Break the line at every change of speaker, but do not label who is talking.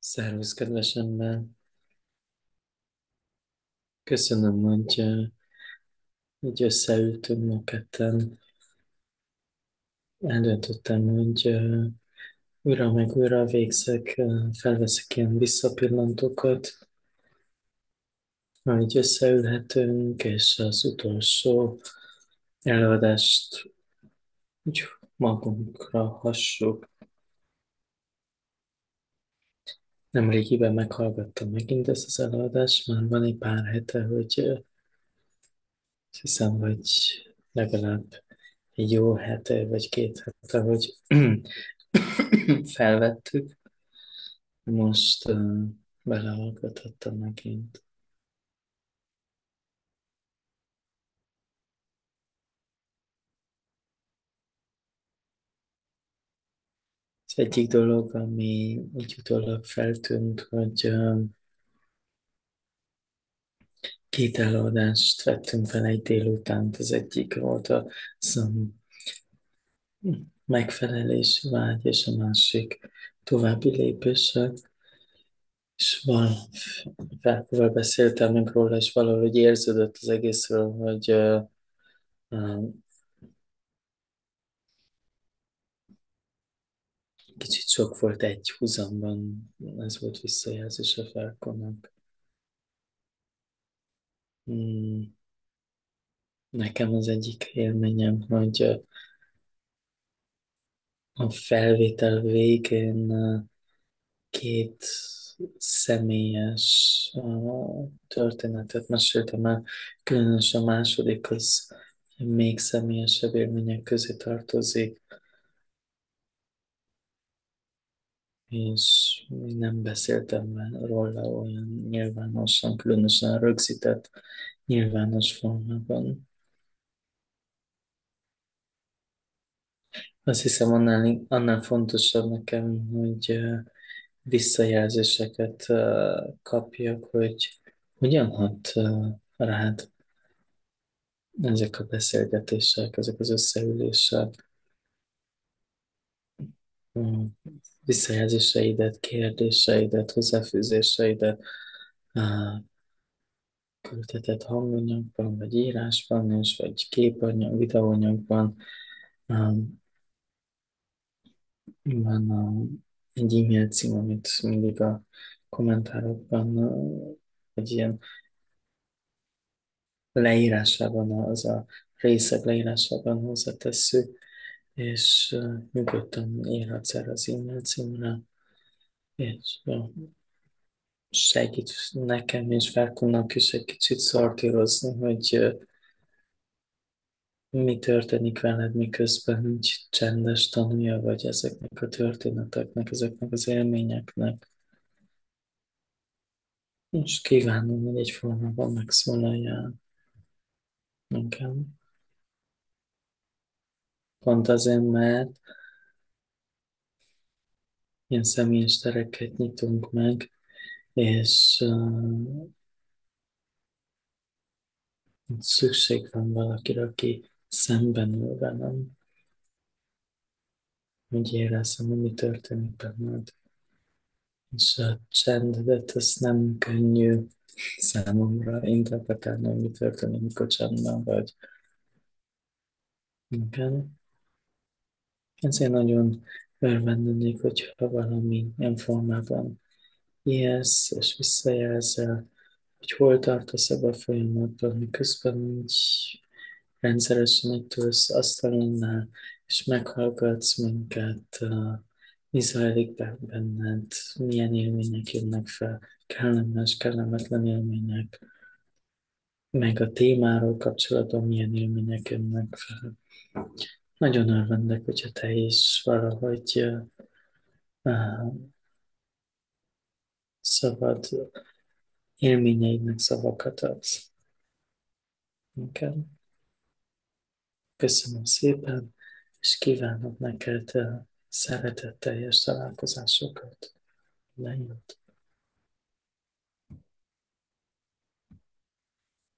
Szervusz, kedves ember! Köszönöm, hogy így összeültünk ma ketten. Eldöntöttem, hogy újra meg újra végzek, felveszek ilyen visszapillantókat, hogy összeülhetünk, és az utolsó előadást úgy magunkra hassuk. Nemrégiben meghallgattam megint ezt az előadást, már van egy pár hete, hogy azt hiszem, hogy legalább egy jó hete, vagy két hete, hogy felvettük. Most belehallgathattam megint. Az egyik dolog, ami így utólag feltűnt, hogy két előadást vettünk fel egy délután. Az egyik volt a megfelelési vágy, és a másik további lépések. És valahogy beszéltem meg róla, és valahogy érződött az egészről, hogy kicsit sok volt egy húzamban, ez volt visszajelzés a Felkonnak. Hmm, Nekem az egyik élményem, hogy a felvétel végén két személyes történetet meséltem el, különösen a második az még személyesebb élmények közé tartozik, és még nem beszéltem róla olyan nyilvánosan, különösen rögzített nyilvános formában. Azt hiszem, annál fontosabb nekem, hogy visszajelzéseket kapjak, hogy hogyan hat rád ezek a beszélgetések, ezek az összeülések, mm, visszajelzéseidet, kérdéseidet, hozzáfűzéseidet küldheted hanganyagban, vagy írásban, és vagy képanyag, videóanyagban. Van egy e-mail cím, amit mindig a kommentárokban, egy ilyen leírásában, az a részek leírásában hozzátesszük, és nyugodtan írhatsz erre az e-mail címre, és segít nekem és Ferkonnak is egy kicsit szortírozni, hogy mi történik veled, miközben így csendes tanulja vagy ezeknek a történeteknek, ezeknek az élményeknek. És kívánom, hogy egy formában megszólaljál nekem. Pont azért, mert ilyen személyes tereket nyitunk meg, és szükség van valakire, aki szemben ül velem, hogy érezzem, hogy mi történik benned. És a csendet, ezt nem könnyű számomra interpretálni, hogy mi történik, mikor csendben vagy. Igen. Ezért nagyon örvendenék, hogyha valami ilyen formában ijesz, és visszajelzel, hogy hol tartasz ebben a folyamatban, miközben így rendszeresen itt ülsz asztalonnál, és meghallgatsz minket, mi zajlik benned, milyen élmények jönnek fel, kellemes, kellemetlen élmények, meg a témáról kapcsolatban milyen élmények jönnek fel. Nagyon örvendek, hogyha te is valahogy szabad élményeidnek szavakat adsz. Okay. Köszönöm szépen, és kívánok neked szeretetteljes találkozásokat. Lejött.